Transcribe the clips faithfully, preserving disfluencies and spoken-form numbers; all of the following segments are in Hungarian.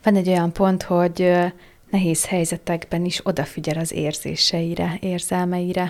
Van egy olyan pont, hogy nehéz helyzetekben is odafigyel az érzéseire, érzelmeire.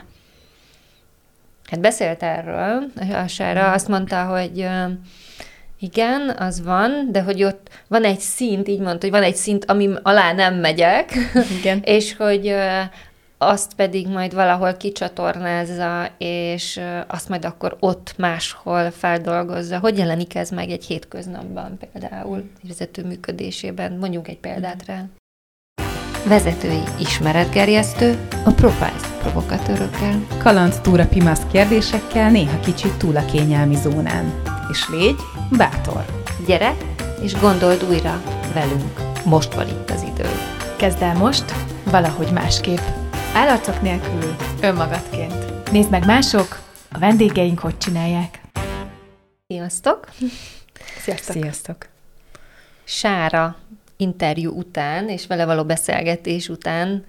Hát beszélt erről, a Sára azt mondta, hogy igen, az van, de hogy ott van egy szint, így mondta, hogy van egy szint, ami alá nem megyek, Igen. és hogy azt pedig majd valahol kicsatornázza, és azt majd akkor ott máshol feldolgozza. Hogy jelenik ez meg egy hétköznapban például, vezető működésében? Mondjunk egy példát rá. Vezetői ismeretgerjesztő a Propulse provokatőrökkel. Kalandtúra pimasz kérdésekkel, néha kicsit túl a kényelmi zónán. És légy bátor. Gyere, és gondold újra velünk. Most van itt az idő. Kezd el most, valahogy másképp. Állarcok nélkül, önmagadként. Nézd meg mások, a vendégeink hogy csinálják. Sziasztok! Sziasztok! Sziasztok! Sára interjú után, és vele való beszélgetés után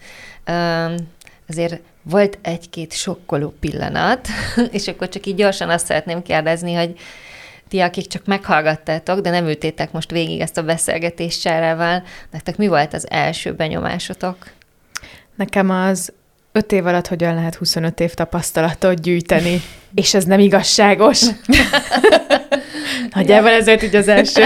azért volt egy-két sokkoló pillanat, és akkor csak így gyorsan azt szeretném kérdezni, hogy ti, akik csak meghallgattátok, de nem ültétek most végig ezt a beszélgetést Sárával, nektek mi volt az első benyomásotok? Nekem az öt év alatt hogyan lehet huszonöt év tapasztalatot gyűjteni, és ez nem igazságos. Nagyjából ez volt így az első.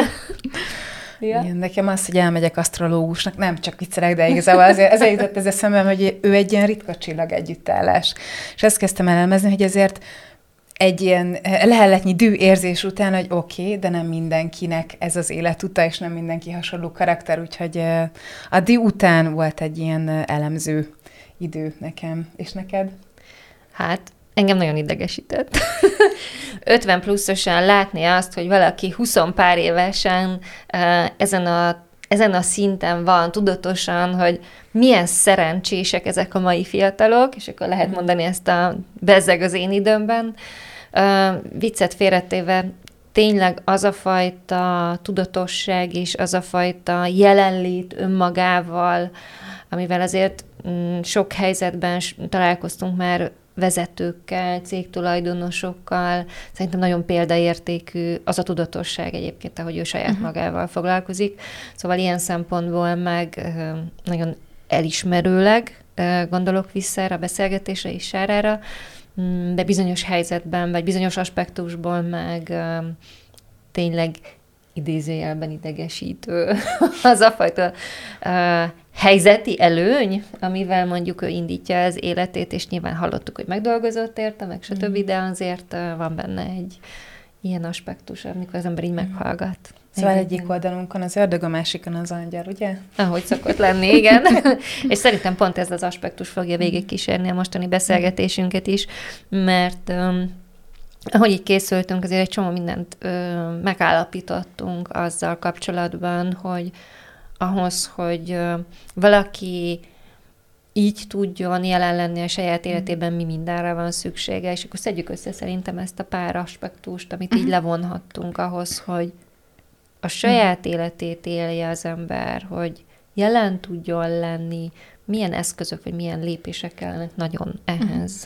Ja. Igen, nekem az, hogy elmegyek asztrológusnak, nem csak viccelek, de igazából azért, ezért jutott ez eszembe, hogy ő egy ilyen ritka csillag együttállás. És ezt kezdtem elemezni, hogy ezért egy ilyen leheletnyi dű érzés után, hogy oké, okay, de nem mindenkinek ez az életuta, és nem mindenki hasonló karakter, úgyhogy a dű után volt egy ilyen elemző idő nekem. És neked? Hát, engem nagyon idegesített. ötven pluszosan látni azt, hogy valaki huszon pár évesen ezen a, ezen a szinten van tudatosan, hogy milyen szerencsések ezek a mai fiatalok, és akkor lehet mondani ezt a bezzeg az én időmben. Uh, viccet félretéve, tényleg az a fajta tudatosság és az a fajta jelenlét önmagával, amivel azért mm, sok helyzetben találkoztunk már vezetőkkel, cégtulajdonosokkal, szerintem nagyon példaértékű az a tudatosság egyébként, ahogy ő saját uh-huh. magával foglalkozik. Szóval ilyen szempontból meg uh, nagyon elismerőleg uh, gondolok vissza erre a beszélgetésre és Sárára, de bizonyos helyzetben, vagy bizonyos aspektusból meg uh, tényleg idézőjelben idegesítő az a fajta uh, helyzeti előny, amivel mondjuk ő indítja az életét, és nyilván hallottuk, hogy megdolgozott érte, meg stb., de azért uh, van benne egy ilyen aspektus, amikor az ember így meghallgat. Szóval igen. Egyik oldalunkon az ördög, a másikon az angyal, ugye? Ahogy szokott lenni, igen. És szerintem pont ez az aspektus fogja végigkísérni a mostani beszélgetésünket is, mert um, ahogy így készültünk, azért egy csomó mindent uh, megállapítottunk azzal kapcsolatban, hogy ahhoz, hogy uh, valaki így tudjon jelen lenni a saját életében, mi mindenre van szüksége, és akkor szedjük össze szerintem ezt a pár aspektust, amit így levonhattunk ahhoz, hogy a saját életét élje az ember, hogy jelen tudjon lenni, milyen eszközök, vagy milyen lépések kellenek nagyon ehhez.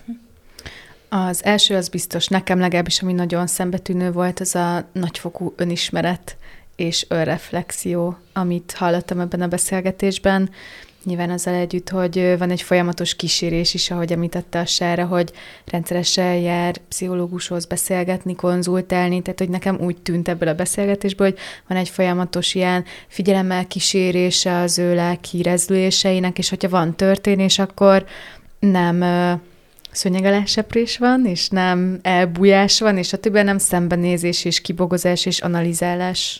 Az első az biztos, nekem legalábbis, ami nagyon szembetűnő volt, az a nagyfokú önismeret és önreflexió, amit hallottam ebben a beszélgetésben. Nyilván azzal együtt, hogy van egy folyamatos kísérés is, ahogy említette a Sára, hogy rendszeresen jár pszichológushoz beszélgetni, konzultálni, tehát hogy nekem úgy tűnt ebből a beszélgetésből, hogy van egy folyamatos ilyen figyelemmel kísérése az ő lelki rezdüléseinek, és hogyha van történés, akkor nem szőnyeg alá seprés van, és nem elbújás van, és a többen nem szembenézés, és kibogozás, és analizálás.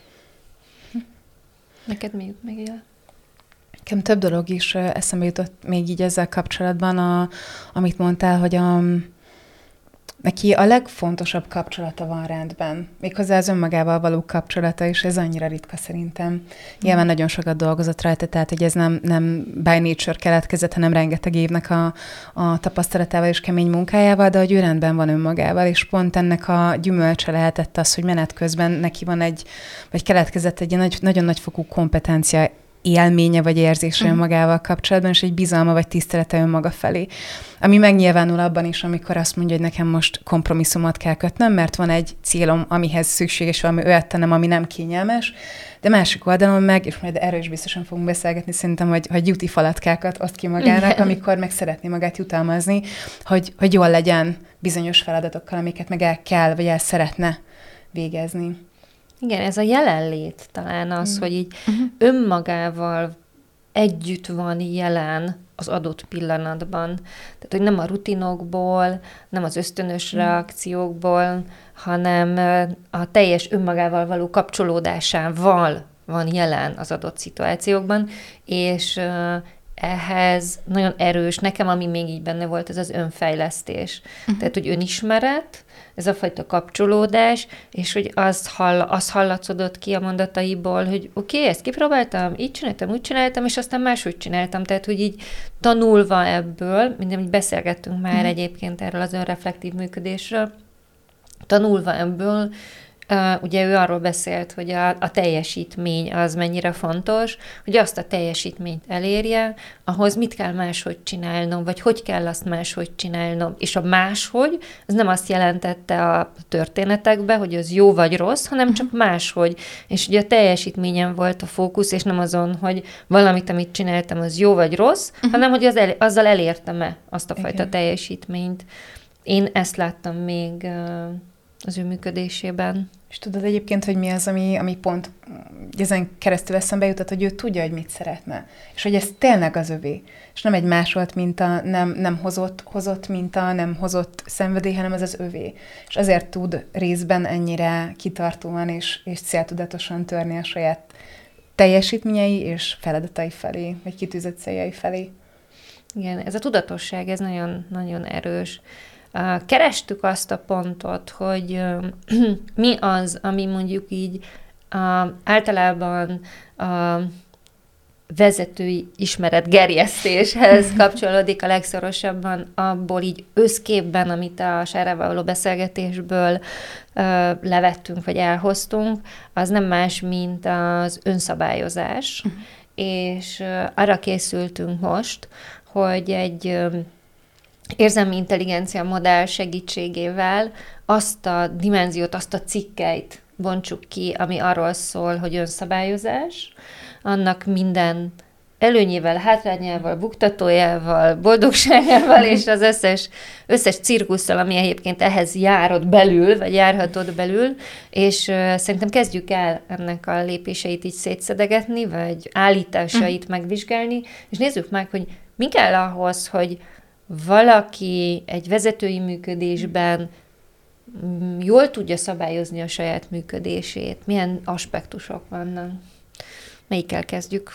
Neked még meg Nekem több dolog is eszembe jutott még így ezzel kapcsolatban, a, amit mondtál, hogy a, neki a legfontosabb kapcsolata van rendben. Méghozzá az önmagával való kapcsolata, és ez annyira ritka szerintem. Mm. Nyilván nagyon sokat dolgozott rajta, tehát hogy ez nem, nem by nature keletkezett, hanem rengeteg évnek a, a tapasztalatával és kemény munkájával, de hogy ő rendben van önmagával, és pont ennek a gyümölcse lehetett az, hogy menet közben neki van egy, vagy keletkezett egy nagy, nagyon nagyfokú kompetencia élménye vagy érzése uh-huh. önmagával kapcsolatban, és egy bizalma vagy tisztelete önmaga felé. Ami megnyilvánul abban is, amikor azt mondja, hogy nekem most kompromisszumot kell kötnöm, mert van egy célom, amihez szükséges valami olyat tennem, ami nem kényelmes, de másik oldalon meg, és majd erről is biztosan fogunk beszélgetni, szerintem, hogy, hogy juti falatkákat oszt ki magának, igen. amikor meg szeretné magát jutalmazni, hogy, hogy jól legyen bizonyos feladatokkal, amiket meg el kell, vagy el szeretne végezni. Igen, ez a jelenlét talán az, mm. hogy így uh-huh. önmagával együtt van jelen az adott pillanatban. Tehát, hogy nem a rutinokból, nem az ösztönös mm. reakciókból, hanem a teljes önmagával való kapcsolódásával van jelen az adott szituációkban, és ehhez nagyon erős, nekem ami még így benne volt, ez az önfejlesztés. Uh-huh. Tehát, hogy önismeret, ez a fajta kapcsolódás, és hogy az, hall, az hallatszódott ki a mondataiból, hogy oké, okay, ezt kipróbáltam, így csináltam, úgy csináltam, és aztán máshogy csináltam. Tehát, hogy így tanulva ebből, minden, így beszélgettünk már uh-huh. egyébként erről az önreflektív működésről, tanulva ebből, Uh, ugye ő arról beszélt, hogy a, a teljesítmény az mennyire fontos, hogy azt a teljesítményt elérje, ahhoz mit kell máshogy csinálnom, vagy hogy kell azt máshogy csinálnom. És a máshogy, az nem azt jelentette a történetekbe, hogy az jó vagy rossz, hanem csak máshogy. És ugye a teljesítményen volt a fókusz, és nem azon, hogy valamit, amit csináltam, az jó vagy rossz, uh-huh. hanem hogy az el, azzal elértem-e azt a fajta Igen. teljesítményt. Én ezt láttam még uh, az ő működésében. És tudod egyébként, hogy mi az, ami, ami pont ezen keresztül eszembe jutott, hogy ő tudja, hogy mit szeretne. És hogy ez tényleg az övé. És nem egy másolt minta, nem, nem hozott, hozott minta, nem hozott szenvedély, hanem ez az övé. És azért tud részben ennyire kitartóan és, és céltudatosan törni a saját teljesítményei és feladatai felé, vagy kitűzött céljai felé. Igen, ez a tudatosság, ez nagyon, nagyon erős. Kerestük azt a pontot, hogy mi az, ami mondjuk így általában a vezetői ismeret gerjesztéshez kapcsolódik a legszorosabban, abból így összképben, amit a Sárával való beszélgetésből levettünk, vagy elhoztunk, az nem más, mint az önszabályozás. Uh-huh. És arra készültünk most, hogy egy érzelmi intelligencia modell segítségével azt a dimenziót, azt a cikkeit bontsuk ki, ami arról szól, hogy önszabályozás, annak minden előnyével, hátrányával, buktatójával, boldogságával, és az összes, összes cirkusszal, ami egyébként ehhez járott belül, vagy járhatott belül, és uh, szerintem kezdjük el ennek a lépéseit így szétszedegetni, vagy állításait mm. megvizsgálni, és nézzük meg, hogy mi kell ahhoz, hogy valaki egy vezetői működésben jól tudja szabályozni a saját működését. Milyen aspektusok vannak? Melyikkel kezdjük?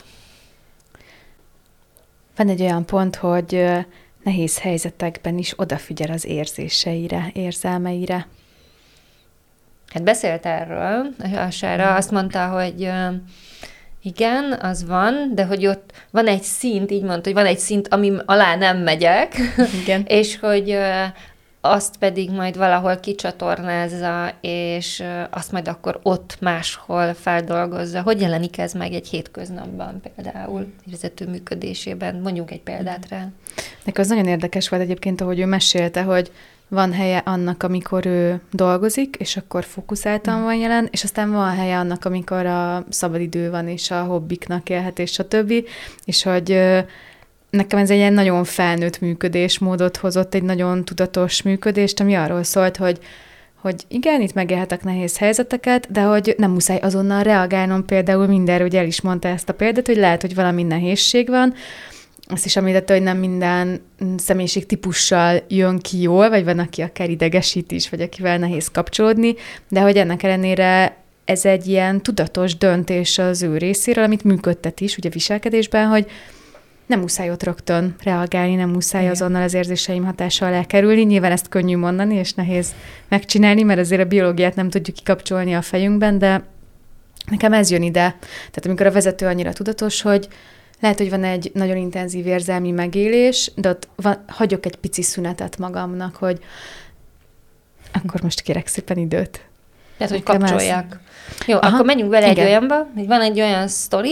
Van egy olyan pont, hogy nehéz helyzetekben is odafigyel az érzéseire, érzelmeire. Hát beszélt erről, a Sára azt mondta, hogy igen, az van, de hogy ott van egy szint, így mondta, hogy van egy szint, ami alá nem megyek, igen. és hogy azt pedig majd valahol kicsatornázza, és azt majd akkor ott máshol feldolgozza. Hogy jelenik ez meg egy hétköznapban például, egy vezető működésében? Mondjunk egy példát rá. Nekem az nagyon érdekes volt egyébként, ahogy ő mesélte, hogy van helye annak, amikor ő dolgozik, és akkor fókuszáltan mm. van jelen, és aztán van helye annak, amikor a szabadidő van, és a hobbiknak élhet, és a többi, és hogy nekem ez egy ilyen nagyon felnőtt működésmódot hozott, egy nagyon tudatos működést, ami arról szólt, hogy, hogy igen, itt megélhetek nehéz helyzeteket, de hogy nem muszáj azonnal reagálnom például mindenre, hogy el is mondta ezt a példát, hogy lehet, hogy valami nehézség van. Azt is említette, hogy nem minden személyiség típussal jön ki jól, vagy van, aki akár idegesít is, vagy akivel nehéz kapcsolódni, de hogy ennek ellenére ez egy ilyen tudatos döntés az ő részéről, amit működtet is, ugye viselkedésben, hogy nem muszáj ott rögtön reagálni, nem muszáj Igen. azonnal az érzéseim hatással elkerülni. Nyilván ezt könnyű mondani, és nehéz megcsinálni, mert azért a biológiát nem tudjuk kikapcsolni a fejünkben, de nekem ez jön ide. Tehát amikor a vezető annyira tudatos, hogy lehet, hogy van egy nagyon intenzív érzelmi megélés, de ott van, hagyok egy pici szünetet magamnak, hogy akkor most kérek szépen időt. Tehát, hogy kapcsoljak. Ez... Jó, Aha, akkor menjünk bele igen. egy olyanba, hogy van egy olyan sztori,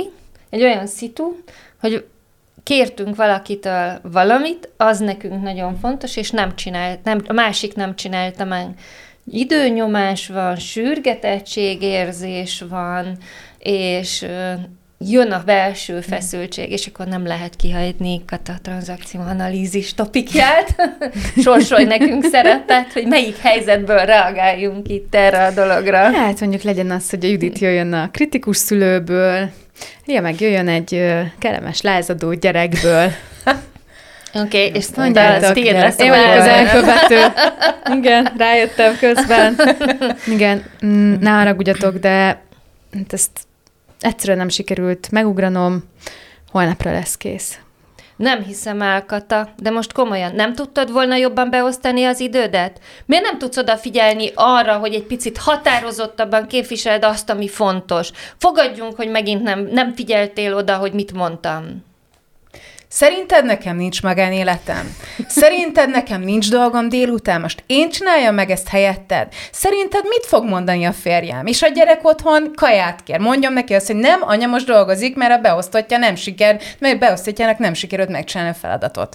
egy olyan szitu, hogy kértünk valakitől valamit, az nekünk nagyon fontos, és nem csinált, nem, a másik nem csinálta meg. Időnyomás van, sürgetettségérzés van, és jön a belső feszültség, és akkor nem lehet kihagyni Kata tranzakcióanalízis topikját. Sorsolj nekünk szerepet, hogy melyik helyzetből reagáljunk itt erre a dologra. Hát mondjuk legyen az, hogy a Judit jöjjön a kritikus szülőből, Lia meg jöjjön egy kellemes lázadó gyerekből. Oké, okay, és mondjátok, én vagyok az elkövető. Igen, rájöttem közben. Igen, ne haragudjatok, de ezt egyszerűen nem sikerült megugranom, holnapra lesz kész. Nem hiszem el, Kata, de most komolyan, nem tudtad volna jobban beosztani az idődet? Miért nem tudsz odafigyelni arra, hogy egy picit határozottabban képviseld azt, ami fontos? Fogadjunk, hogy megint nem, nem figyeltél oda, hogy mit mondtam. Szerinted nekem nincs magánéletem? Szerinted nekem nincs dolgom délután? Most én csináljam meg ezt helyetted? Szerinted mit fog mondani a férjem? És a gyerek otthon kaját kér. Mondjam neki azt, hogy nem, anya most dolgozik, mert a beosztottja nem siker, mert beosztottjának nem sikerült megcsinálni a feladatot.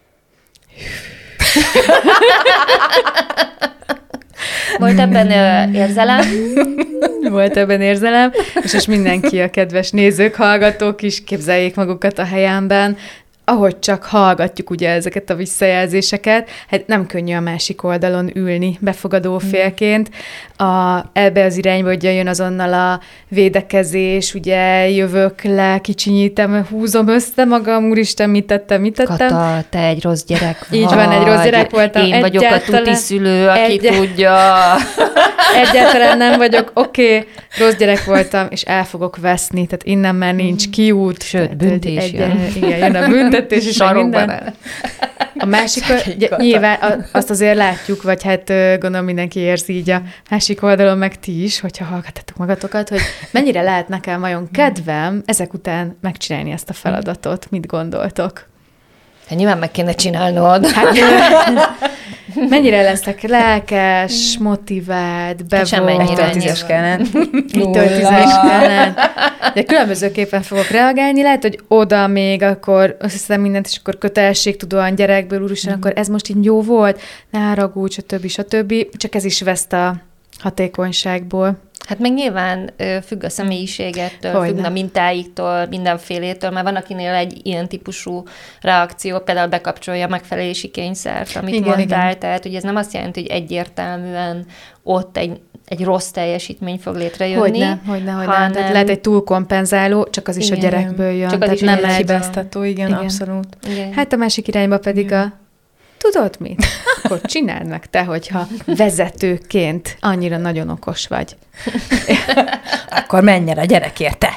Volt ebben uh, érzelem? Volt ebben érzelem, és most mindenki, a kedves nézők, hallgatók is képzeljék magukat a helyemben, ahogy csak hallgatjuk ugye ezeket a visszajelzéseket, hát nem könnyű a másik oldalon ülni befogadó félként. A, ebbe az irányba ugye jön azonnal a védekezés, ugye jövök le, kicsinyítem, húzom össze magam, úristen, mit tettem, mit tettem. Kata, te egy rossz gyerek vagy. Így van, egy rossz gyerek voltam. Én vagyok a tuti szülő, aki egy... tudja. Egyáltalán nem vagyok, oké, okay, rossz gyerek voltam, és el fogok veszni, tehát innen már nincs kiút. Sőt, büntés egy, jön. Egy, igen, jön a büntetés, és minden. A másik, nyilván azt azért látjuk, vagy hát gondolom mindenki érzi így a másik oldalon, meg ti is, hogyha hallgattatok magatokat, hogy mennyire lehet nekem vajon kedvem ezek után megcsinálni ezt a feladatot, mit gondoltok? Hát nyilván meg kéne csinálnod. Hát, mennyire leszek lelkes, motivált, bevont. Egytől tízes kellene. Egytől tízes kellene. De különbözőképpen fogok reagálni. Lehet, hogy oda még akkor összeszedem mindent, és akkor kötelességtudóan gyerekből, úristen, mm. akkor ez most így jó volt, ne haragudj, stb. stb. Csak ez is veszt a hatékonyságból. Hát meg nyilván ö, függ a személyiségettől, függ a mintáiktól, mindenfélétől, mert van, akinél egy ilyen típusú reakció például bekapcsolja a megfelelési kényszert, amit igen, mondtál, igen. Tehát hogy ez nem azt jelenti, hogy egyértelműen ott egy, egy rossz teljesítmény fog létrejönni. Hogyne, hogyne, hogyne. Hanem... Tehát lehet egy túlkompenzáló, csak az is igen, a gyerekből jön. Csak az tehát is nem egy hibáztató, igen, igen, abszolút. Igen. Hát a másik irányba pedig igen. a tudod mit? Akkor csináld meg te, hogyha vezetőként annyira nagyon okos vagy. Akkor menj el a gyerekért te.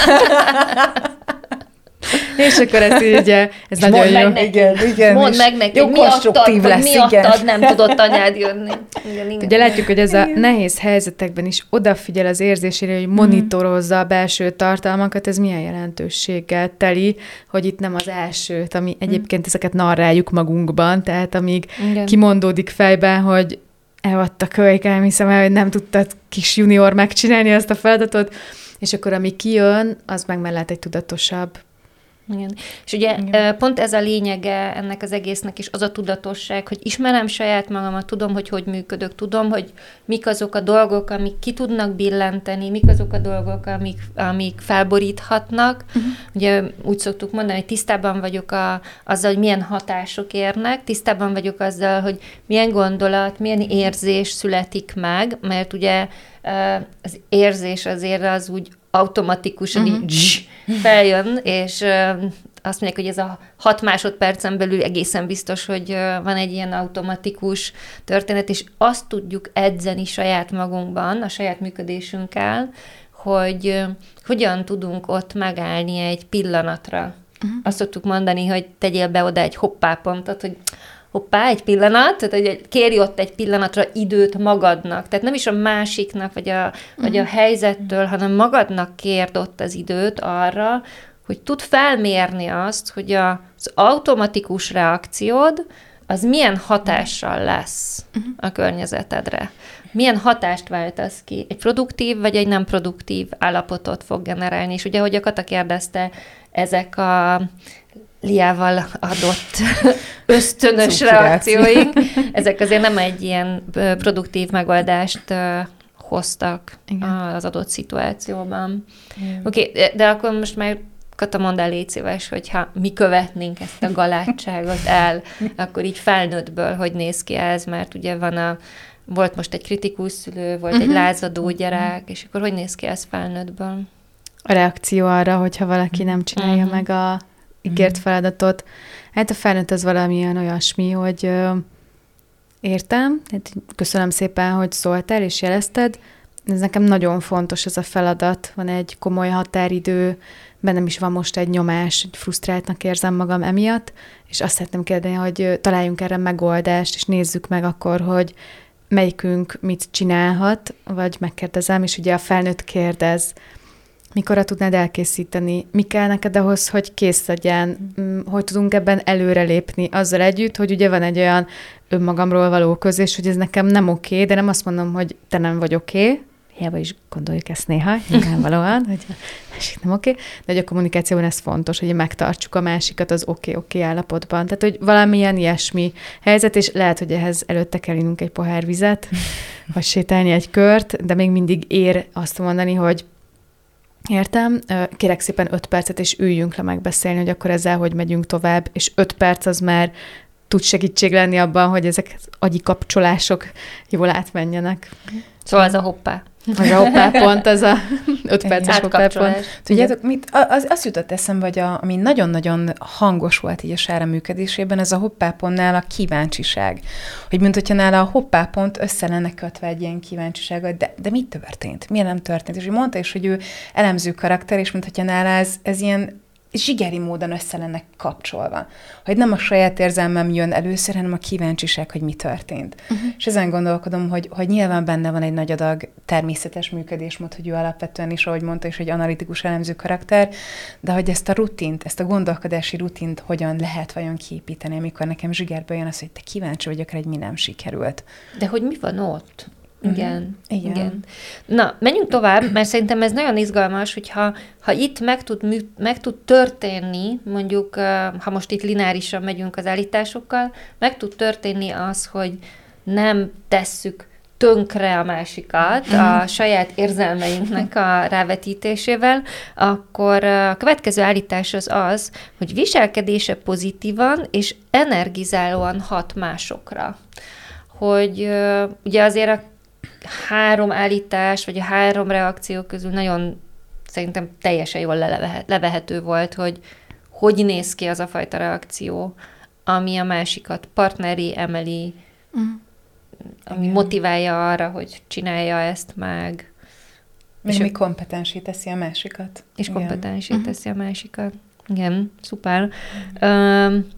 És akkor ez így, ez és nagyon jó. Meg igen, igen, mondd meg neki, hogy miattad, lesz, miattad nem tudott anyád jönni. Igen, igen. Ugye látjuk, hogy ez a nehéz helyzetekben is odafigyel az érzésére, hogy monitorozza a belső tartalmakat, ez milyen jelentőséggel teli, hogy itt nem az elsőt, ami egyébként ezeket narráljuk magunkban, tehát amíg igen. kimondódik fejben, hogy elvadt a kölykám, hiszem el, hogy nem tudtad kis junior megcsinálni ezt a feladatot, és akkor ami kijön, az meg mellett egy tudatosabb. Igen. És ugye igen. pont ez a lényege ennek az egésznek is, az a tudatosság, hogy ismerem saját magamat, tudom, hogy hogy működök, tudom, hogy mik azok a dolgok, amik ki tudnak billenteni, mik azok a dolgok, amik, amik felboríthatnak. Uh-huh. Ugye úgy szoktuk mondani, hogy tisztában vagyok a, azzal, hogy milyen hatások érnek, tisztában vagyok azzal, hogy milyen gondolat, milyen érzés születik meg, mert ugye az érzés azért az úgy automatikusan uh-huh. így feljön, és azt mondják, hogy ez a hat másodpercen belül egészen biztos, hogy van egy ilyen automatikus történet, és azt tudjuk edzeni saját magunkban, a saját működésünkkel, hogy hogyan tudunk ott megállni egy pillanatra. Uh-huh. Azt szoktuk mondani, hogy tegyél be oda egy hoppá pontot, hogy hoppá, egy pillanat, tehát hogy kérj ott egy pillanatra időt magadnak. Tehát nem is a másiknak, vagy a, uh-huh. vagy a helyzettől, hanem magadnak kérd ott az időt arra, hogy tud felmérni azt, hogy a, az automatikus reakciód az milyen hatással lesz uh-huh. a környezetedre. milyen hatást váltasz ki? Egy produktív vagy egy nem produktív állapotot fog generálni. És ugye, ahogy a Kata kérdezte, ezek a Liával adott ösztönös reakcióink, ezek azért nem egy ilyen produktív megoldást hoztak Igen. az adott szituációban. Oké, okay, de akkor most már Kata, mondd el, légy szíves, hogyha mi követnénk ezt a galátságot el, akkor így felnőttből hogy néz ki ez, mert ugye van a, volt most egy kritikus szülő, volt uh-huh. egy lázadó gyerek, és akkor hogy néz ki ez felnőttből? A reakció arra, hogyha valaki nem csinálja uh-huh. meg a ígért feladatot. Hát a felnőtt az valamilyen olyasmi, hogy ö, értem, hát köszönöm szépen, hogy szóltál és jelezted, ez nekem nagyon fontos ez a feladat, van egy komoly határidő, bennem is van most egy nyomás, egy frusztráltnak érzem magam emiatt, és azt szeretném kérdeni, hogy találjunk erre megoldást, és nézzük meg akkor, hogy melyikünk mit csinálhat, vagy megkérdezem, és ugye a felnőtt kérdez, mikorra tudnád elkészíteni, mi kell neked ahhoz, hogy kész legyen, hogy tudunk ebben előrelépni azzal együtt, hogy ugye van egy olyan önmagamról való közés, hogy ez nekem nem oké, de nem azt mondom, hogy te nem vagy oké, hiába is gondoljuk ezt néha, nyilvánvalóan, hogy a másik nem oké, de hogy a kommunikációban ez fontos, hogy megtartsuk a másikat az oké-oké állapotban. Tehát, hogy valamilyen ilyesmi helyzet, és lehet, hogy ehhez előtte kell innunk egy pohár vizet, vagy sétálni egy kört, de még mindig ér azt mondani, hogy értem, kérek szépen öt percet, és üljünk le megbeszélni, hogy akkor ezzel hogy megyünk tovább, és öt perc az már tud segítség lenni abban, hogy ezek az agyi kapcsolások jól átmenjenek. Szóval ez a hoppá. Az a hoppá pont, az a öt perces hoppá pont. Tudjátok, mit? Az, az jutott eszembe, hogy a, ami nagyon-nagyon hangos volt így a Sára működésében, ez a hoppá pontnál a kíváncsiság. Hogy mint hogyha nála a hoppá pont össze lenne kötve egy ilyen kíváncsisággal, de, de mi történt? Miért nem történt? És ő mondta is, hogy ő elemző karakter, és mint hogyha nála ez, ez ilyen zsigeri módon össze lennek kapcsolva. Hogy nem a saját érzelmem jön először, hanem a kíváncsiság, hogy mi történt. Uh-huh. És ezen gondolkodom, hogy, hogy nyilván benne van egy nagy adag természetes működésmód, hogy ő alapvetően is, ahogy mondta is, hogy analitikus elemző karakter, de hogy ezt a rutint, ezt a gondolkodási rutint hogyan lehet vajon kiépíteni, amikor nekem zsigerbe jön az, hogy te kíváncsi vagyok rá, hogy mi nem sikerült. De hogy mi van ott? Igen, mm, igen. igen. Na, menjünk tovább, mert szerintem ez nagyon izgalmas, hogyha ha itt meg tud, mű, meg tud történni, mondjuk, ha most itt lineárisan megyünk az állításokkal, meg tud történni az, hogy nem tesszük tönkre a másikat a saját érzelmeinknek a rávetítésével, akkor a következő állítás az az, hogy viselkedése pozitívan és energizálóan hat másokra. Hogy ugye azért a három állítás, vagy a három reakció közül nagyon szerintem teljesen jól levehet, levehető volt, hogy hogy néz ki az a fajta reakció, ami a másikat partneri emeli, mm. ami Igen. motiválja arra, hogy csinálja ezt meg. És ami kompetensé teszi a másikat. És kompetensé uh-huh. teszi a másikat. Igen, szuper. Mm. Um,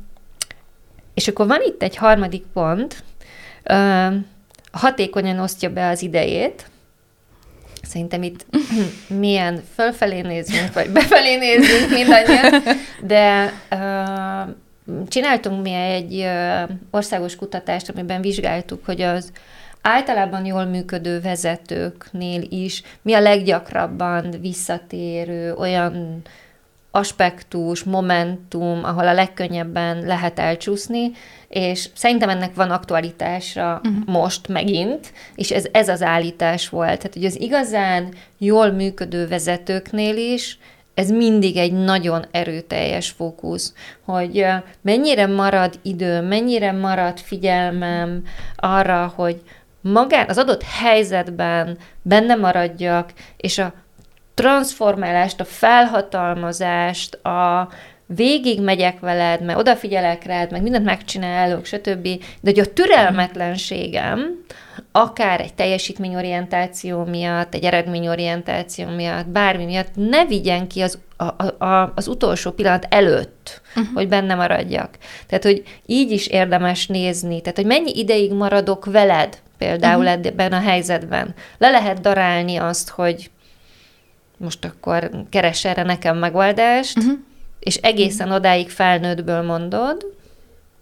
és akkor van itt egy harmadik pont, um, hatékonyan osztja be az idejét. Szerintem itt milyen fölfelé nézünk, vagy befelé nézünk mindannyian, de uh, csináltunk mi egy uh, országos kutatást, amiben vizsgáltuk, hogy az általában jól működő vezetőknél is mi a leggyakrabban visszatérő olyan aspektus, momentum, ahol a legkönnyebben lehet elcsúszni, és szerintem ennek van aktualitása uh-huh. most megint, és ez, ez az állítás volt. Tehát, hogy az igazán jól működő vezetőknél is ez mindig egy nagyon erőteljes fókusz, hogy mennyire marad idő, mennyire marad figyelmem arra, hogy magán, az adott helyzetben benne maradjak, és a transformálást, a felhatalmazást, a végig megyek veled, meg odafigyelek rád, meg mindent megcsinálok, stb. De hogy a türelmetlenségem, akár egy teljesítményorientáció miatt, egy eredményorientáció miatt, bármi miatt ne vigyen ki az, a, a, az utolsó pillanat előtt, uh-huh. hogy benne maradjak. Tehát, hogy így is érdemes nézni. Tehát, hogy mennyi ideig maradok veled, például uh-huh. ebben a helyzetben. Le lehet darálni azt, hogy most akkor keres erre nekem megoldást, uh-huh. és egészen odáig felnőttből mondod,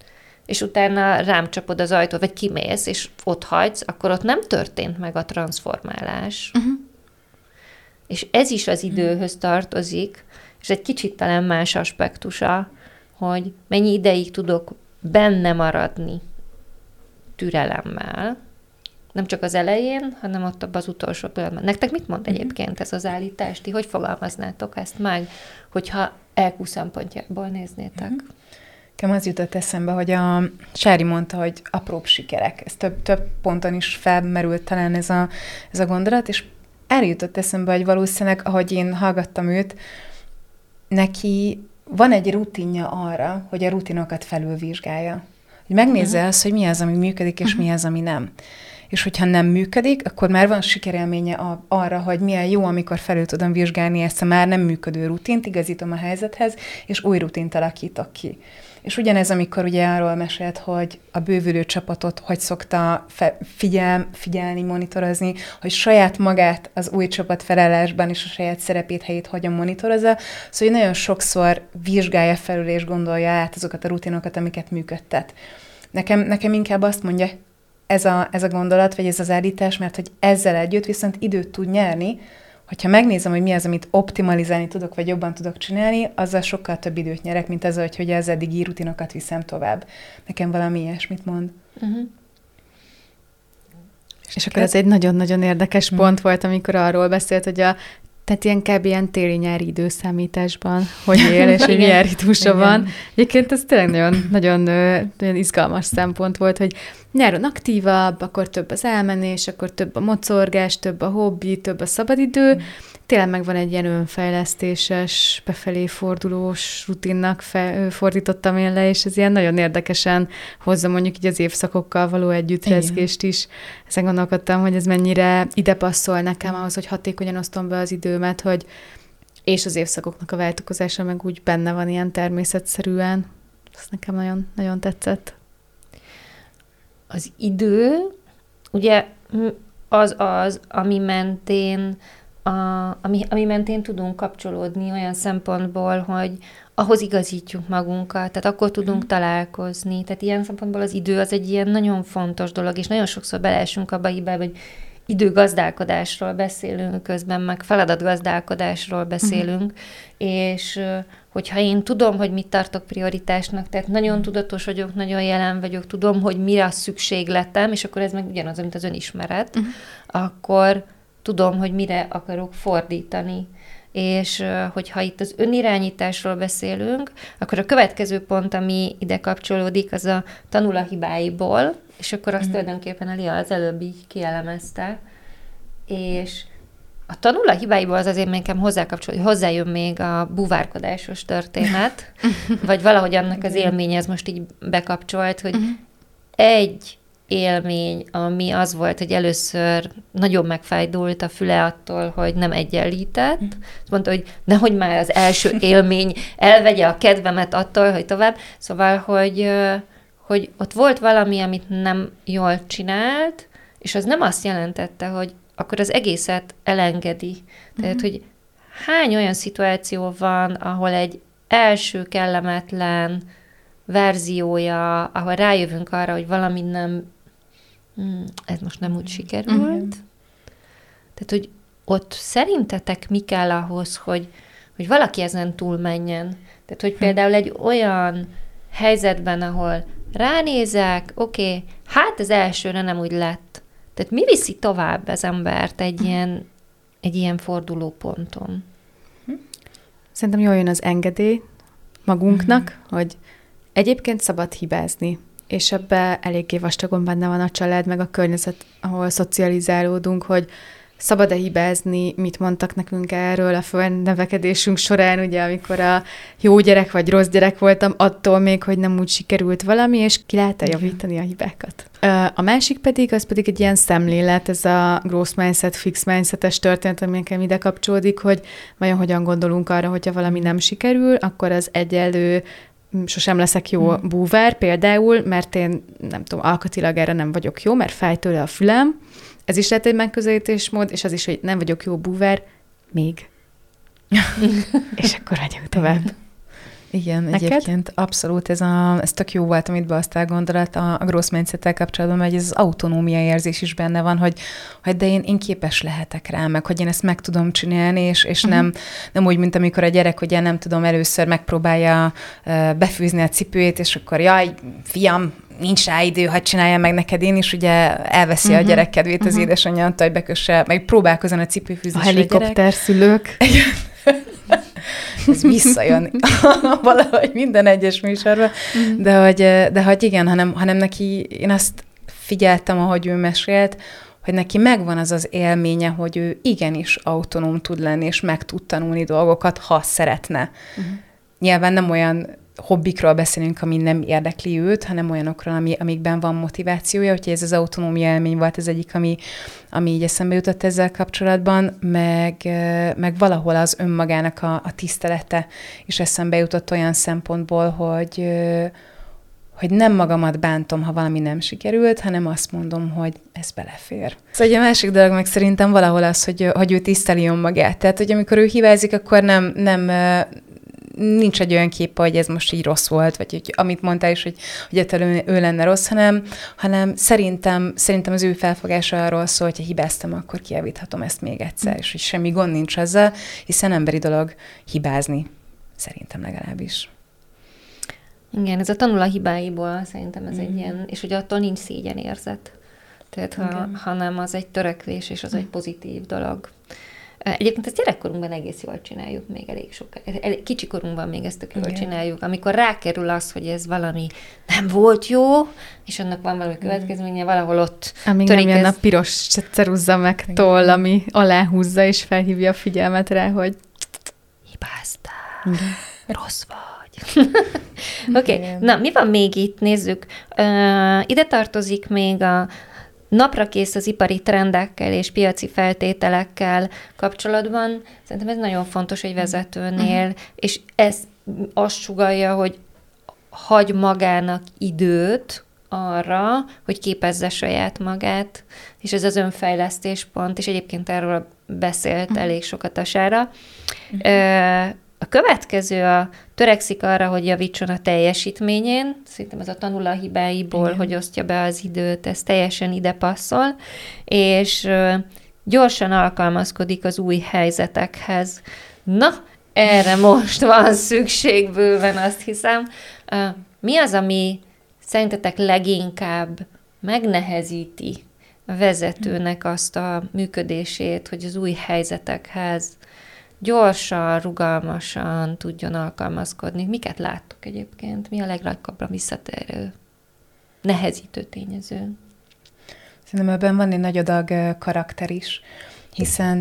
és utána rám csapod az ajtót, vagy kimész, és ott hagysz, akkor ott nem történt meg a transformálás. Uh-huh. És ez is az időhöz tartozik, és egy kicsit talán más aspektusa, hogy mennyi ideig tudok benne maradni türelemmel, nem csak az elején, hanem ott abban az utolsó pillanatban. Nektek mit mond egyébként ez az állítás? Ti hogy fogalmaznátok ezt meg, hogyha é kú szempontjából néznétek? Nekem az jutott eszembe, hogy a Sári mondta, hogy apróbb sikerek. Ez több, több ponton is felmerült talán ez a, ez a gondolat, és eljutott eszembe, hogy valószínűleg, ahogy én hallgattam őt, neki van egy rutinja arra, hogy a rutinokat felülvizsgálja. Hogy megnézze uh-huh. azt, hogy mi az, ami működik, és uh-huh. mi az, ami nem. És hogyha nem működik, akkor már van sikerélménye a, arra, hogy milyen jó, amikor felül tudom vizsgálni ezt a már nem működő rutint, igazítom a helyzethez, és új rutint alakítok ki. És ugyanez, amikor ugye arról mesélt, hogy a bővülő csapatot hogy szokta fe, figyel, figyelni, monitorozni, hogy saját magát az új csapat felállásban és a saját szerepét, helyét hogyan monitorozza. Szóval nagyon sokszor vizsgálja felül és gondolja át azokat a rutinokat, amiket működtet. Nekem, nekem inkább azt mondja ez a, ez a gondolat, vagy ez az állítás, mert hogy ezzel együtt viszont időt tud nyerni, hogyha megnézem, hogy mi az, amit optimalizálni tudok, vagy jobban tudok csinálni, azzal sokkal több időt nyerek, mint azzal, hogy az eddigi rutinokat viszem tovább. Nekem valami ilyesmit mond. Uh-huh. És, és akkor ez egy nagyon-nagyon érdekes uh-huh. pont volt, amikor arról beszélt, hogy a tehát ilyen kb. Ilyen téli-nyári időszámításban, hogy él, és hogy milyen ritmusa van. Egyébként ez tényleg nagyon, nagyon, nagyon izgalmas szempont volt, hogy nyáron aktívabb, akkor több az elmenés, akkor több a mocorgás, több a hobbi, több a szabadidő. Mm. Tényleg megvan egy ilyen önfejlesztéses, befelé fordulós rutinnak fe, fordítottam én le, és ez ilyen nagyon érdekesen hozza mondjuk így az évszakokkal való együttrezgést is. Ezen gondolkodtam, hogy ez mennyire ide passzol nekem ahhoz, hogy hatékonyan osztom be az időmet, hogy és az évszakoknak a változása meg úgy benne van ilyen természetszerűen. Ez nekem nagyon, nagyon tetszett. Az idő, ugye az az, ami mentén A, ami, ami mentén tudunk kapcsolódni olyan szempontból, hogy ahhoz igazítjuk magunkat, tehát akkor tudunk mm. találkozni. Tehát ilyen szempontból az idő az egy ilyen nagyon fontos dolog, és nagyon sokszor beleesünk abba a hibába, hogy időgazdálkodásról beszélünk közben, meg feladatgazdálkodásról beszélünk, mm. és hogyha én tudom, hogy mit tartok prioritásnak, tehát nagyon tudatos vagyok, nagyon jelen vagyok, tudom, hogy mire a szükségletem, és akkor ez meg ugyanaz, mint az önismeret, mm. akkor tudom, hogy mire akarok fordítani. És hogyha itt az önirányításról beszélünk, akkor a következő pont, ami ide kapcsolódik, az a tanul a hibáiból, és akkor azt mm. tulajdonképpen Elia az előbb így kielemezte. És a tanul a hibáiból az azért nekem hozzákapcsolódik, hogy hozzájön még a búvárkodásos történet, vagy valahogy annak az élménye, ez most így bekapcsolt, hogy mm. egy élmény, ami az volt, hogy először nagyon megfájdult a füle attól, hogy nem egyenlített. Azt mondta, hogy nehogy már az első élmény elvegye a kedvemet attól, hogy tovább. Szóval, hogy, hogy ott volt valami, amit nem jól csinált, és az nem azt jelentette, hogy akkor az egészet elengedi. Tehát, uh-huh. hogy hány olyan szituáció van, ahol egy első kellemetlen verziója, ahol rájövünk arra, hogy valami nem Hmm, ez most nem úgy sikerült. Uh-huh. Tehát, hogy ott szerintetek mi kell ahhoz, hogy, hogy valaki ezen túlmenjen? Tehát, hogy például egy olyan helyzetben, ahol ránézek, oké, okay, hát az elsőre nem úgy lett. Tehát mi viszi tovább az embert egy ilyen, egy ilyen fordulóponton? Szerintem jól jön az engedély magunknak, uh-huh. hogy egyébként szabad hibázni. És ebbe eléggé vastagon benne van a család, meg a környezet, ahol szocializálódunk, hogy szabad-e hibázni, mit mondtak nekünk erről a fölnevekedésünk során, ugye, amikor a jó gyerek vagy rossz gyerek voltam, attól még, hogy nem úgy sikerült valami, és ki lehet javítani a hibákat. A másik pedig, az pedig egy ilyen szemlélet, ez a growth mindset, fix mindset-es történet, ami nekem ide kapcsolódik, hogy vajon hogyan gondolunk arra, hogyha valami nem sikerül, akkor az egyenlő sosem leszek jó hmm. búvár például, mert én nem tudom, alkatilag erre nem vagyok jó, mert fáj tőle a fülem. Ez is lehet egy megközelítésmód, és az is, hogy nem vagyok jó búvár, még. És akkor hagyjuk tovább. Igen, Neked? egyébként abszolút ez, a, ez tök jó volt, amit beasztál gondolat a, a growth mindset-tel kapcsolatban, hogy ez az autonómia érzés is benne van, hogy, hogy de én, én képes lehetek rá, meg hogy én ezt meg tudom csinálni, és, és uh-huh. nem, nem úgy, mint amikor a gyerek, ugye nem tudom, először megpróbálja uh, befűzni a cipőjét, és akkor jaj, fiam, nincs rá idő, hadd csinálja meg neked, én is ugye elveszi uh-huh. a gyerek kedvét az uh-huh. édesanyja attól, hogy bekösse, meg próbálkozon a cipőfűzésre. A helikopter szülők. Ez visszajön valahogy minden egyes műsorban, uh-huh. de, hogy, de hogy igen, hanem, hanem neki, én azt figyeltem, ahogy ő mesélt, hogy neki megvan az az élménye, hogy ő igenis autonóm tud lenni, és meg tud tanulni dolgokat, ha szeretne. Uh-huh. Nyilván nem olyan hobbikról beszélünk, ami nem érdekli őt, hanem olyanokról, ami, amikben van motivációja, úgyhogy ez az autonómia élmény volt az egyik, ami, ami így eszembe jutott ezzel kapcsolatban, meg, meg valahol az önmagának a, a tisztelete is eszembe jutott olyan szempontból, hogy, hogy nem magamat bántom, ha valami nem sikerült, hanem azt mondom, hogy ez belefér. Szóval a másik dolog meg szerintem valahol az, hogy, hogy ő tiszteli önmagát. Tehát, hogy amikor ő hibázik, akkor nem, nem nincs egy olyan kép, hogy ez most így rossz volt, vagy hogy, amit mondtál is, hogy, hogy ő, ő lenne rossz, hanem, hanem szerintem, szerintem az ő felfogása arról szól, hogy ha hibáztam, akkor kijavíthatom ezt még egyszer, mm. és hogy semmi gond nincs ezzel, hiszen emberi dolog hibázni. Szerintem legalábbis. Igen, ez a tanul a hibáiból, szerintem ez mm. egy ilyen, és ugye attól nincs szégyenérzet. Tehát, ha, hanem az egy törekvés, és az mm. egy pozitív dolog. Egyébként ezt gyerekkorunkban egész jól csináljuk, még elég sok. Kicsikorunkban még ezt tök jól Igen. csináljuk. Amikor rákerül az, hogy ez valami nem volt jó, és annak van valami következménye, valahol ott Amíg törik nem jön ez... a piros ceruzza meg toll, ami aláhúzza, és felhívja a figyelmet rá, hogy hibáztál, Igen. rossz vagy. Oké, okay. Na, mi van még itt? Nézzük. Uh, ide tartozik még a napra kész az ipari trendekkel és piaci feltételekkel kapcsolatban. Szerintem ez nagyon fontos egy vezetőnél, uh-huh. és ez azt sugallja, hogy hagy magának időt arra, hogy képezze saját magát, és ez az önfejlesztés pont, és egyébként erről beszélt uh-huh. elég sokat a Sára. Uh-huh. A következő a törekszik arra, hogy javítson a teljesítményén. Szerintem ez a tanul a hibáiból, Igen. hogy osztja be az időt, ez teljesen ide passzol, és gyorsan alkalmazkodik az új helyzetekhez. Na, erre most van szükség bőven, azt hiszem. Mi az, ami szerintetek leginkább megnehezíti a vezetőnek azt a működését, hogy az új helyzetekhez gyorsan, rugalmasan tudjon alkalmazkodni? Miket láttok egyébként? Mi a leggyakrabban visszatérő, nehezítő tényező? Szerintem ebben van egy nagy adag karakter is, hiszen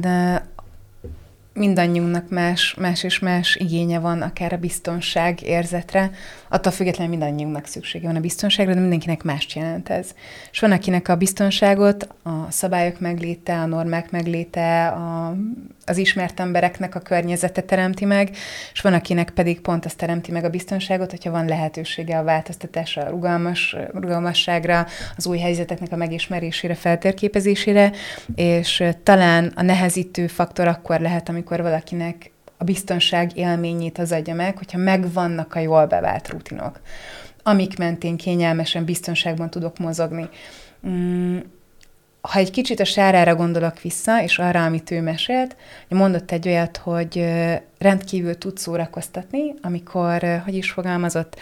mindannyiunknak más, más és más igénye van, akár a biztonság érzetre. Attól függetlenül mindannyiunknak szüksége van a biztonságra, de mindenkinek mást jelent ez. És van, akinek a biztonságot, a szabályok megléte, a normák megléte, a, az ismert embereknek a környezete teremti meg, és van, akinek pedig pont azt teremti meg a biztonságot, hogyha van lehetősége a változtatásra, a rugalmas, rugalmasságra, az új helyzeteknek a megismerésére, feltérképezésére, és talán a nehezítő faktor akkor lehet, amikor valakinek a biztonság élményét az adja meg, hogyha megvannak a jól bevált rutinok, amik mentén kényelmesen, biztonságban tudok mozogni. Ha egy kicsit a Sárára gondolok vissza, és arra, amit ő mesélt, mondott egy olyat, hogy rendkívül tud szórakoztatni, amikor, hogy is fogalmazott,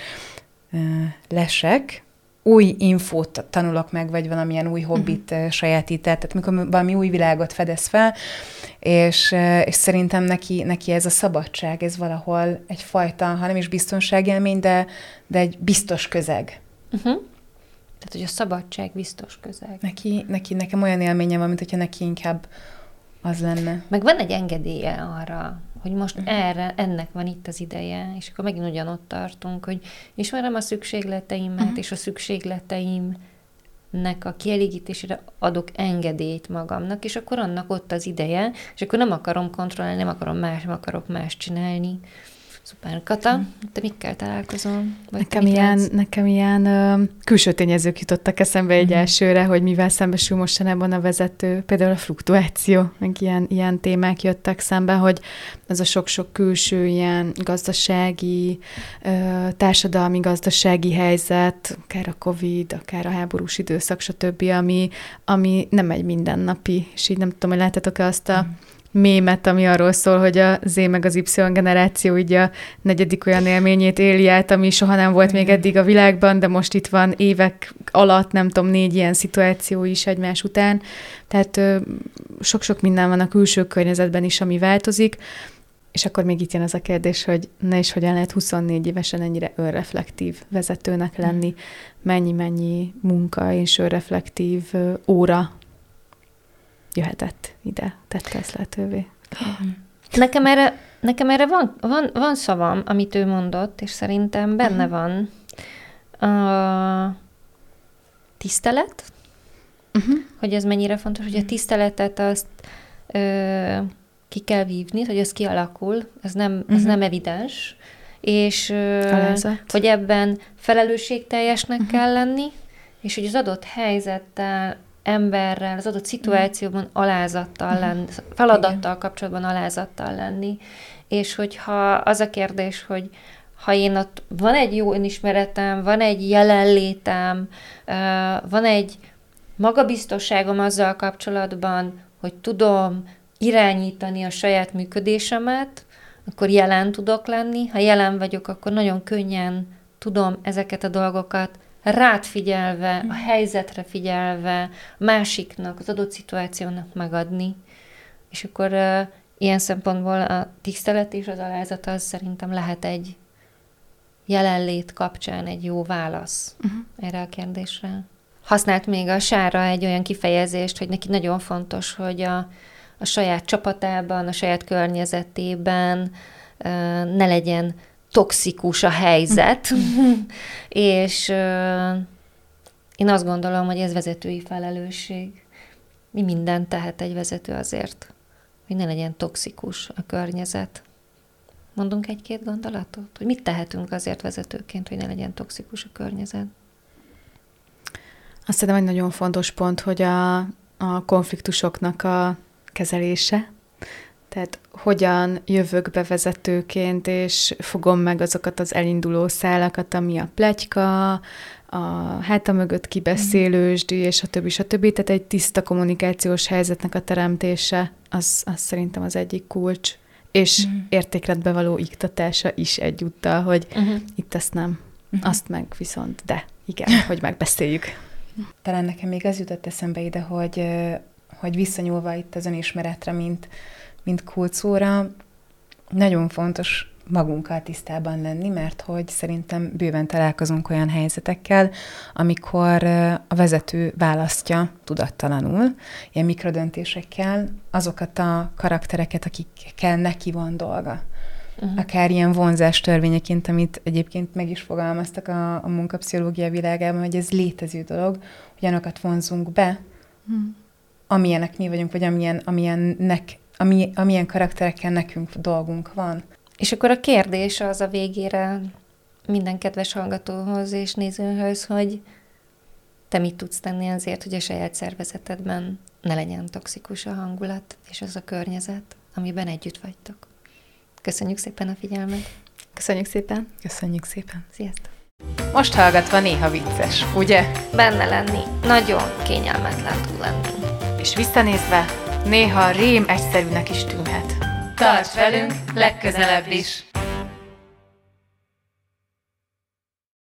lesek, új infót tanulok meg, vagy valamilyen új hobbit uh-huh. sajátít, tehát amikor valami új világot fedez fel, és, és szerintem neki, neki ez a szabadság, ez valahol egyfajta, ha nem is biztonságélmény, de, de egy biztos közeg. Uh-huh. Tehát, hogy a szabadság biztos közeg. Neki, neki, nekem olyan élményem van, mint hogyha neki inkább az lenne. Meg van egy engedélye arra, hogy most uh-huh. erre, ennek van itt az ideje, és akkor megint ugyanott tartunk, hogy ismerem a szükségleteimet, uh-huh. és a szükségleteimnek a kielégítésére adok engedélyt magamnak, és akkor annak ott az ideje, és akkor nem akarom kontrollálni, nem akarom más, nem akarok más csinálni. Szuper. Kata, te mikkel találkozol? Nekem ilyen, nekem ilyen ö, külső tényezők jutottak eszembe egy mm. elsőre, hogy mivel szembesül mostanában a vezető, például a fluktuáció, meg ilyen, ilyen témák jöttek szembe, hogy ez a sok-sok külső ilyen gazdasági, ö, társadalmi gazdasági helyzet, akár a Covid, akár a háborús időszak, stb., ami, ami nem egy mindennapi, és így nem tudom, hogy láttátok-e azt a mm. mémet, ami arról szól, hogy a Z meg az Y generáció így a negyedik olyan élményét éli át, ami soha nem volt még eddig a világban, de most itt van évek alatt, nem tudom, négy ilyen szituáció is egymás után. Tehát ö, sok-sok minden van a külső környezetben is, ami változik, és akkor még itt jön az a kérdés, hogy ne is hogyan lehet huszonnégy évesen ennyire önreflektív vezetőnek lenni, mennyi-mennyi munka és önreflektív ö, óra jöhetett ide, tette ezt lehetővé. Nekem erre, nekem erre van, van, van szavam, amit ő mondott, és szerintem benne van a tisztelet, uh-huh. hogy ez mennyire fontos, hogy a tiszteletet azt ö, ki kell vívni, hogy az kialakul, ez nem, uh-huh. ez nem evidens, és ö, hogy ebben felelősségteljesnek uh-huh. kell lenni, és hogy az adott helyzettel emberrel, az adott szituációban alázattal lenni, feladattal igen. kapcsolatban alázattal lenni, és hogyha az a kérdés, hogy ha én ott van egy jó önismeretem, van egy jelenlétem, van egy magabiztosságom azzal kapcsolatban, hogy tudom irányítani a saját működésemet, akkor jelen tudok lenni. Ha jelen vagyok, akkor nagyon könnyen tudom ezeket a dolgokat rád figyelve, a helyzetre figyelve, a másiknak, az adott szituációnak megadni. És akkor uh, ilyen szempontból a tisztelet és az alázat az szerintem lehet egy jelenlét kapcsán egy jó válasz uh-huh. erre a kérdésre. Használt még a Sára egy olyan kifejezést, hogy neki nagyon fontos, hogy a, a saját csapatában, a saját környezetében uh, ne legyen toxikus a helyzet, és uh, én azt gondolom, hogy ez vezetői felelősség. Mi mindent tehet egy vezető azért, hogy ne legyen toxikus a környezet. Mondunk egy-két gondolatot? Hogy mit tehetünk azért vezetőként, hogy ne legyen toxikus a környezet? Azt hiszem, egy nagyon fontos pont, hogy a, a konfliktusoknak a kezelése. Tehát hogyan jövök be vezetőként, és fogom meg azokat az elinduló szálakat, ami a pletyka, a háta mögött kibeszélősdi, és a többi, a többi. Tehát egy tiszta kommunikációs helyzetnek a teremtése, az, az szerintem az egyik kulcs. És mm. értékrendbe való iktatása is egyúttal, hogy uh-huh. itt ezt nem, uh-huh. azt meg viszont, de igen, hogy megbeszéljük. Talán nekem még az jutott eszembe ide, hogy, hogy visszanyúlva itt az önismeretre, mint, mint kulcsszóra, nagyon fontos magunkkal tisztában lenni, mert hogy szerintem bőven találkozunk olyan helyzetekkel, amikor a vezető választja tudattalanul, ilyen mikrodöntésekkel azokat a karaktereket, akikkel neki van dolga. Uh-huh. Akár ilyen vonzás törvényeként, amit egyébként meg is fogalmaztak a, a munkapszichológia világában, hogy ez létező dolog, hogy olyanokat vonzunk be, uh-huh. amilyenek mi vagyunk, vagy amilyen, amilyennek, ami, amilyen karakterekkel nekünk dolgunk van. És akkor a kérdés az a végére minden kedves hallgatóhoz és nézőhöz, hogy te mit tudsz tenni azért, hogy a saját szervezetedben ne legyen toxikus a hangulat, és az a környezet, amiben együtt vagytok. Köszönjük szépen a figyelmet! Köszönjük szépen! Köszönjük szépen! Sziasztok! Most hallgatva néha vicces, ugye? Benne lenni nagyon kényelmetlen tud lenni. És visszanézve néha rém egyszerűnek is tűnhet. Tarts velünk legközelebb is!